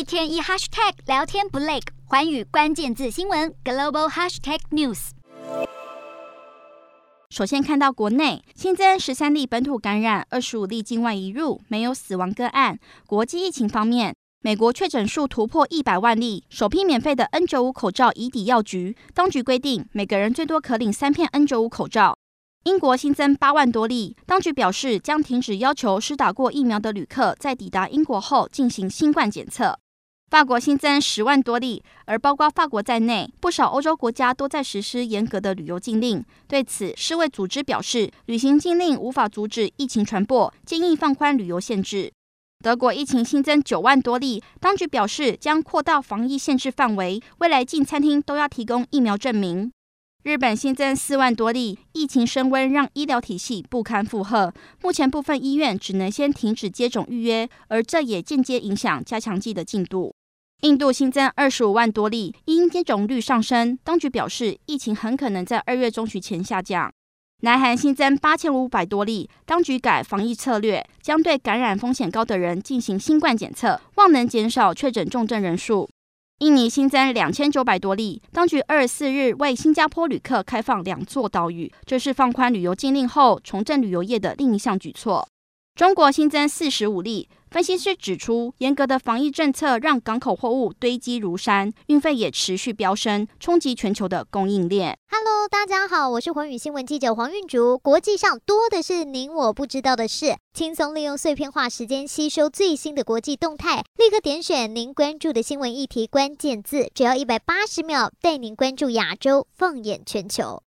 天一 hashtag 聊天不累，寰宇关键字新闻 global hashtag news。 首先看到国内新增13例本土感染，25例境外移入，没有死亡个案。国际疫情方面，美国确诊数突破100万例，首批免费的 N95 口罩已抵药局，当局规定每个人最多可领3片 N95 口罩。英国新增8万多例，当局表示将停止要求施打过疫苗的旅客在抵达英国后进行新冠检测。法国新增10万多例，而包括法国在内，不少欧洲国家都在实施严格的旅游禁令。对此，世卫组织表示，旅行禁令无法阻止疫情传播，建议放宽旅游限制。德国疫情新增9万多例，当局表示将扩大防疫限制范围，未来进餐厅都要提供疫苗证明。日本新增4万多例，疫情升温让医疗体系不堪负荷，目前部分医院只能先停止接种预约，而这也间接影响加强剂的进度。印度新增25万多例，因接种率上升，当局表示疫情很可能在2月中旬前下降。南韩新增8500多例，当局改防疫策略，将对感染风险高的人进行新冠检测，望能减少确诊重症人数。印尼新增2900多例，当局24日为新加坡旅客开放2座岛屿，这是放宽旅游禁令后重振旅游业的另一项举措。中国新增45例，分析师指出，严格的防疫政策让港口货物堆积如山，运费也持续飙升，冲击全球的供应链。 Hello， 大家好，我是寰宇新闻记者黄韵竹。国际上多的是您我不知道的事，轻松利用碎片化时间吸收最新的国际动态，立刻点选您关注的新闻议题关键字，只要180秒，带您关注亚洲，放眼全球。